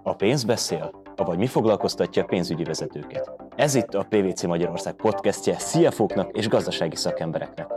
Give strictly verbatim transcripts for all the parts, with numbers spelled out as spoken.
A pénz beszél, avagy mi foglalkoztatja a pénzügyi vezetőket? Ez itt a pé vé cé Magyarország podcastje cé ef óknak és gazdasági szakembereknek.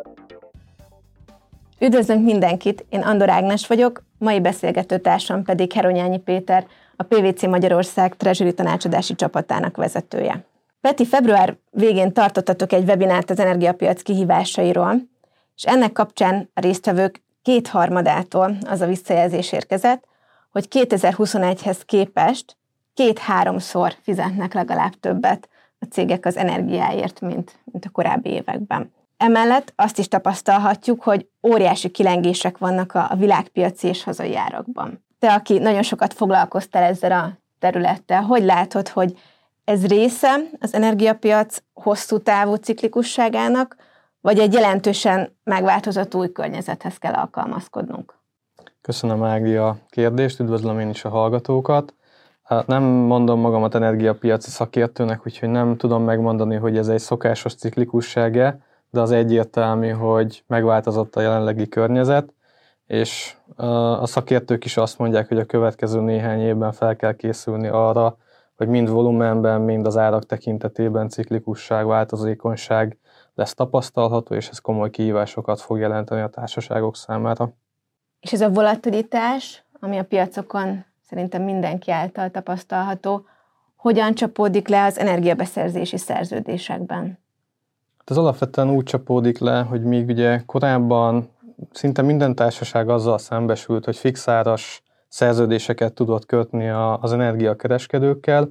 Üdvözlünk mindenkit, én Andor Ágnes vagyok, mai beszélgetőtársam pedig Heronyányi Péter, a pé vé cé Magyarország Treasury tanácsadási csapatának vezetője. Peti, február végén tartottatok egy webinárt az energiapiac kihívásairól, és ennek kapcsán a résztvevők kétharmadától az a visszajelzés érkezett, hogy kétezer-huszonegyhez képest két-háromszor fizetnek legalább többet a cégek az energiáért, mint, mint a korábbi években. Emellett azt is tapasztalhatjuk, hogy óriási kilengések vannak a, a világpiaci és hazai árakban. Te, aki nagyon sokat foglalkoztál ezzel a területtel, hogy látod, hogy ez része az energiapiac hosszú távú ciklikusságának, vagy egy jelentősen megváltozott új környezethez kell alkalmazkodnunk? Köszönöm, Ági, a kérdést, üdvözlöm én is a hallgatókat. Nem mondom magamat energiapiaci szakértőnek, úgyhogy nem tudom megmondani, hogy ez egy szokásos ciklikusság-e, de az egyértelmű, hogy megváltozott a jelenlegi környezet, és a szakértők is azt mondják, hogy a következő néhány évben fel kell készülni arra, hogy mind volumenben, mind az árak tekintetében ciklikusság, változékonyság lesz tapasztalható, és ez komoly kihívásokat fog jelenteni a társaságok számára. És ez a volatilitás, ami a piacokon szerintem mindenki által tapasztalható, hogyan csapódik le az energiabeszerzési szerződésekben? Ez alapvetően úgy csapódik le, hogy míg ugye korábban szinte minden társaság azzal szembesült, hogy fixáras szerződéseket tudott kötni az energiakereskedőkkel,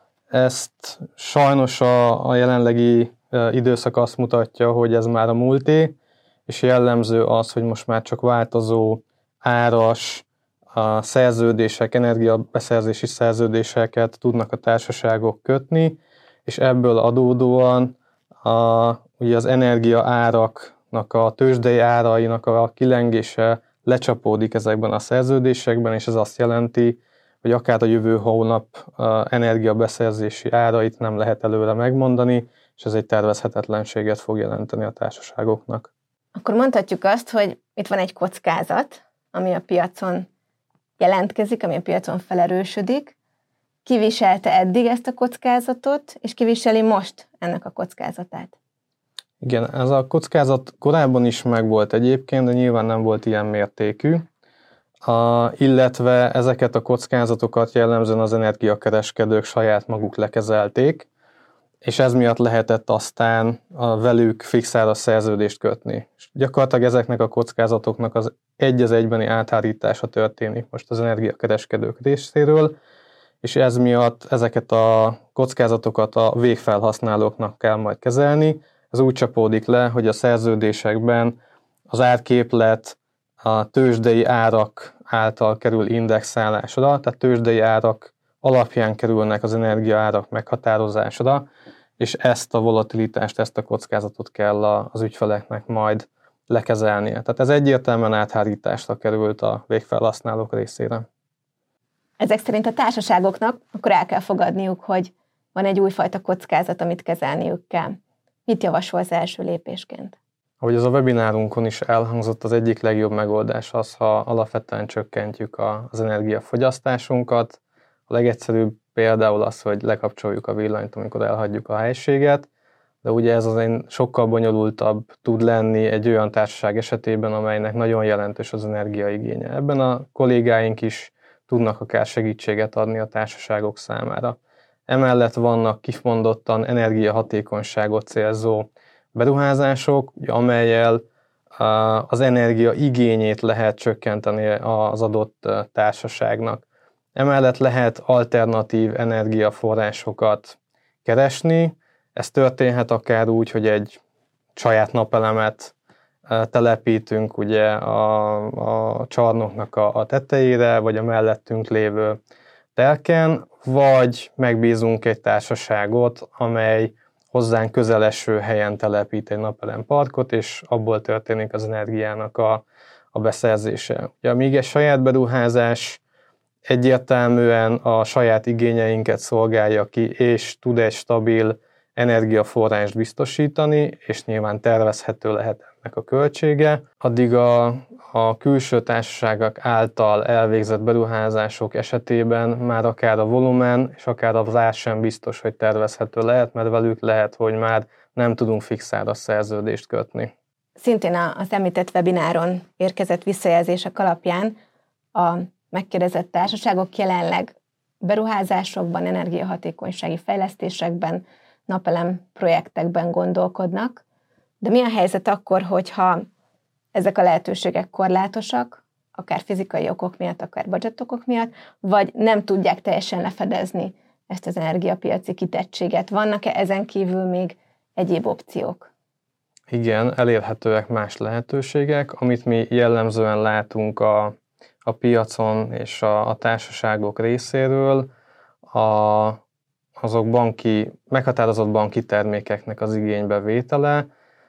ezt sajnos a, a jelenlegi időszak azt mutatja, hogy ez már a múlté, és jellemző az, hogy most már csak változó áras a szerződések, energiabeszerzési szerződéseket tudnak a társaságok kötni, és ebből adódóan a, ugye az energia áraknak, a tőzsdei árainak a kilengése lecsapódik ezekben a szerződésekben, és ez azt jelenti, hogy akár a jövő hónap energiabeszerzési árait nem lehet előre megmondani, és ez egy tervezhetetlenséget fog jelenteni a társaságoknak. Akkor mondhatjuk azt, hogy itt van egy kockázat, ami a piacon jelentkezik, ami a piacon felerősödik. Ki viselte eddig ezt a kockázatot, és ki viseli most ennek a kockázatát? Igen, ez a kockázat korábban is megvolt egyébként, de nyilván nem volt ilyen mértékű, a, illetve ezeket a kockázatokat jellemzően az energiakereskedők saját maguk lekezelték, és ez miatt lehetett aztán a velük fixáras szerződést kötni. És gyakorlatilag ezeknek a kockázatoknak az egy az egybeni áthárítása történik most az energiakereskedők részéről, és ez miatt ezeket a kockázatokat a végfelhasználóknak kell majd kezelni. Ez úgy csapódik le, hogy a szerződésekben az árképlet a tőzsdei árak által kerül indexálásra, tehát tőzsdei árak alapján kerülnek az energiaárak meghatározásra, és ezt a volatilitást, ezt a kockázatot kell az ügyfeleknek majd lekezelnie. Tehát ez egyértelműen áthárításra került a végfelhasználók részére. Ezek szerint a társaságoknak akkor el kell fogadniuk, hogy van egy újfajta kockázat, amit kezelniük kell. Mit javasolsz első lépésként? Ahogy az a webinárunkon is elhangzott, az egyik legjobb megoldás az, ha alapvetően csökkentjük az energiafogyasztásunkat. A legegyszerűbb például az, hogy lekapcsoljuk a villanyt, amikor elhagyjuk a helységet, de ugye ez azért sokkal bonyolultabb tud lenni egy olyan társaság esetében, amelynek nagyon jelentős az energiaigénye. Ebben a kollégáink is tudnak akár segítséget adni a társaságok számára. Emellett vannak kimondottan energiahatékonyságot célzó beruházások, amellyel az energia igényét lehet csökkenteni az adott társaságnak. Emellett lehet alternatív energiaforrásokat keresni. Ez történhet akár úgy, hogy egy saját napelemet telepítünk ugye a, a csarnoknak a, a tetejére, vagy a mellettünk lévő telken, vagy megbízunk egy társaságot, amely hozzánk közeleső helyen telepít egy napelemparkot, és abból történik az energiának a, a beszerzése. Ugye, míg egy saját beruházás egyértelműen a saját igényeinket szolgálja ki, és tud egy stabil energiaforrást biztosítani, és nyilván tervezhető lehet termékeknek a költsége, addig a, a külső társaságok által elvégzett beruházások esetében már akár a volumen és akár az ár sem biztos, hogy tervezhető lehet, mert velük lehet, hogy már nem tudunk fix áras szerződést kötni. Szintén az említett webináron érkezett visszajelzések alapján a megkérdezett társaságok jelenleg beruházásokban, energiahatékonysági fejlesztésekben, napelem projektekben gondolkodnak, de mi a helyzet akkor, hogyha ezek a lehetőségek korlátosak, akár fizikai okok miatt, akár budget okok miatt, vagy nem tudják teljesen lefedezni ezt az energiapiaci kitettséget? Vannak-e ezen kívül még egyéb opciók? Igen, elérhetőek más lehetőségek, amit mi jellemzően látunk a, a piacon és a, a társaságok részéről, a, azok banki, meghatározott banki termékeknek az igénybevétele.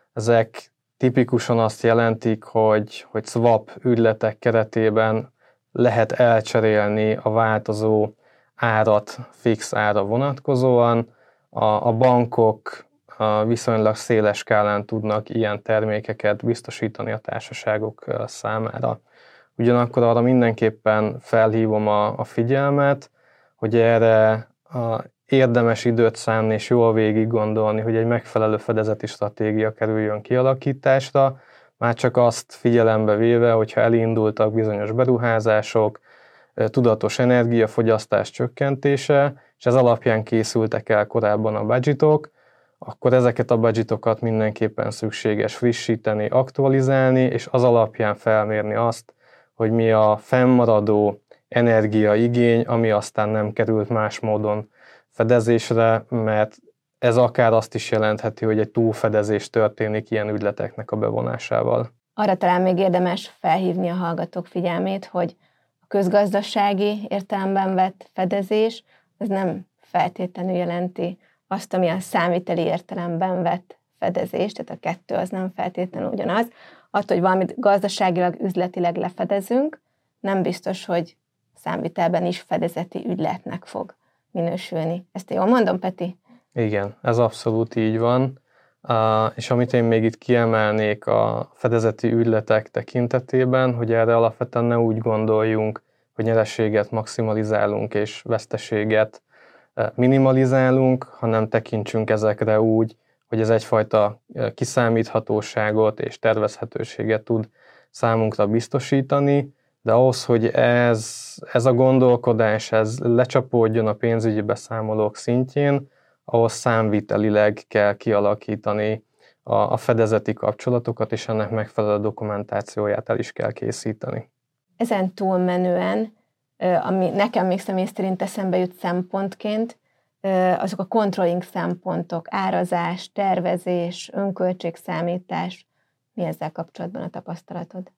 Ezek tipikusan azt jelentik, hogy, hogy swap ügyletek keretében lehet elcserélni a változó árat fix ára vonatkozóan. A, a bankok a viszonylag széles skálán tudnak ilyen termékeket biztosítani a társaságok számára. Ugyanakkor arra mindenképpen felhívom a, a figyelmet, hogy erre a érdemes időt szánni és jól végig gondolni, hogy egy megfelelő fedezeti stratégia kerüljön kialakításra, már csak azt figyelembe véve, hogyha elindultak bizonyos beruházások, tudatos energiafogyasztás csökkentése, és ez alapján készültek el korábban a budgetok, akkor ezeket a budgetokat mindenképpen szükséges frissíteni, aktualizálni, és az alapján felmérni azt, hogy mi a fennmaradó energiaigény, ami aztán nem került más módon fedezésre, mert ez akár azt is jelentheti, hogy egy túlfedezés történik ilyen ügyleteknek a bevonásával. Arra talán még érdemes felhívni a hallgatók figyelmét, hogy a közgazdasági értelemben vett fedezés az nem feltétlenül jelenti azt, ami a számviteli értelemben vett fedezés, tehát a kettő az nem feltétlenül ugyanaz. Attól, hogy valamit gazdaságilag, üzletileg lefedezünk, nem biztos, hogy számvitelben is fedezeti ügyletnek fog minősülni. Ezt jól mondom, Peti? Igen, ez abszolút így van. Uh, és amit én még itt kiemelnék a fedezeti ügyletek tekintetében, hogy erre alapvetően ne úgy gondoljunk, hogy nyereséget maximalizálunk és veszteséget minimalizálunk, hanem tekintsünk ezekre úgy, hogy ez egyfajta kiszámíthatóságot és tervezhetőséget tud számunkra biztosítani, de ahhoz, hogy ez, ez a gondolkodás ez lecsapódjon a pénzügyi beszámolók szintjén, ahhoz számvitelileg kell kialakítani a, a fedezeti kapcsolatokat, és ennek megfelelő dokumentációját el is kell készíteni. Ezen túlmenően, ami nekem még személy szerint eszembe jut szempontként, azok a controlling szempontok, árazás, tervezés, önköltségszámítás. Mi ezzel kapcsolatban a tapasztalatod?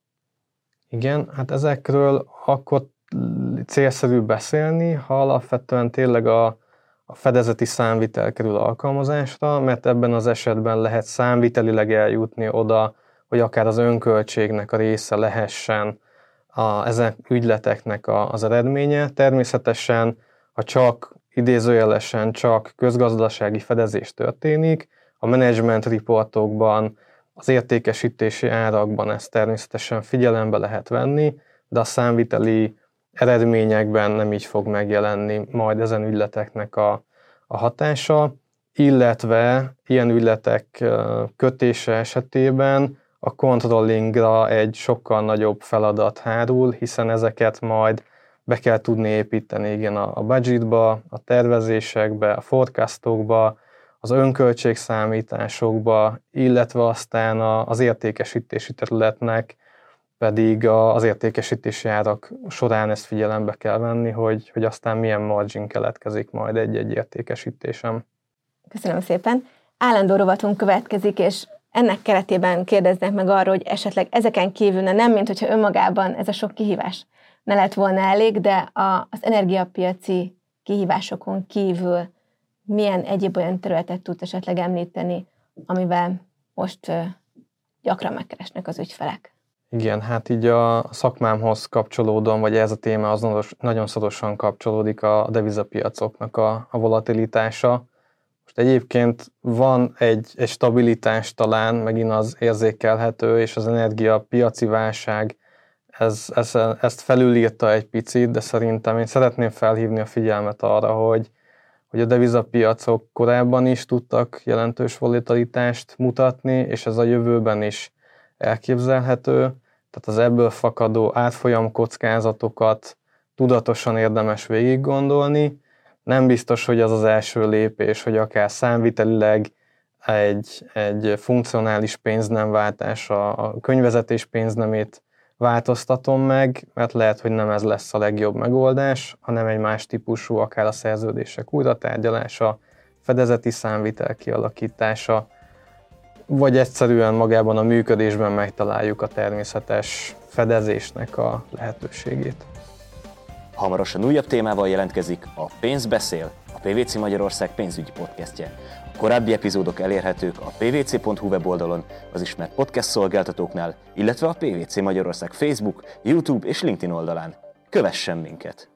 Igen, hát ezekről akkor célszerű beszélni, ha alapvetően tényleg a, a fedezeti számvitel kerül alkalmazásra, mert ebben az esetben lehet számvitelileg eljutni oda, hogy akár az önköltségnek a része lehessen a, ezen ügyleteknek a, az eredménye. Természetesen, ha csak idézőjelesen csak közgazdasági fedezés történik, a management reportokban, az értékesítési árakban ezt természetesen figyelembe lehet venni, de a számviteli eredményekben nem így fog megjelenni majd ezen ügyleteknek a, a hatása, illetve ilyen ügyletek kötése esetében a controllingra egy sokkal nagyobb feladat hárul, hiszen ezeket majd be kell tudni építeni igen, a budgetba, a tervezésekbe, a forecastokba, az önköltségszámításokba, illetve aztán az értékesítési területnek pedig az értékesítési árak során ezt figyelembe kell venni, hogy, hogy aztán milyen margin keletkezik majd egy-egy értékesítésem. Köszönöm szépen. Állandó rovatunk következik, és ennek keretében kérdeznek meg arról, hogy esetleg ezeken kívül, nem mint hogyha önmagában ez a sok kihívás ne lett volna elég, de a, az energiapiaci kihívásokon kívül milyen egyéb olyan területet tud esetleg említeni, amivel most uh, gyakran megkeresnek az ügyfelek? Igen, hát így a szakmámhoz kapcsolódom, vagy ez a téma az nagyon szorosan kapcsolódik a devizapiacoknak a, a volatilitása. Most egyébként van egy, egy stabilitás talán, megint az érzékelhető, és az energiapiaci válság ez, ez, ezt felülírta egy picit, de szerintem én szeretném felhívni a figyelmet arra, hogy, hogy a devizapiacok korábban is tudtak jelentős volatilitást mutatni, és ez a jövőben is elképzelhető. Tehát az ebből fakadó árfolyam kockázatokat tudatosan érdemes végig gondolni. Nem biztos, hogy az az első lépés, hogy akár számvitelileg egy, egy funkcionális pénznemváltás, a könyvvezetés pénznemét változtatom meg, mert lehet, hogy nem ez lesz a legjobb megoldás, hanem egy más típusú, akár a szerződések újratárgyalása, fedezeti számvitel kialakítása, vagy egyszerűen magában a működésben megtaláljuk a természetes fedezésnek a lehetőségét. Hamarosan újabb témával jelentkezik a Pénz beszél, a pé vé cé Magyarország pénzügyi podcastje. A korábbi epizódok elérhetők a pé vé cé pont hu weboldalon, az ismert podcast szolgáltatóknál, illetve a pé vé cé Magyarország Facebook, YouTube és LinkedIn oldalán. Kövessen minket!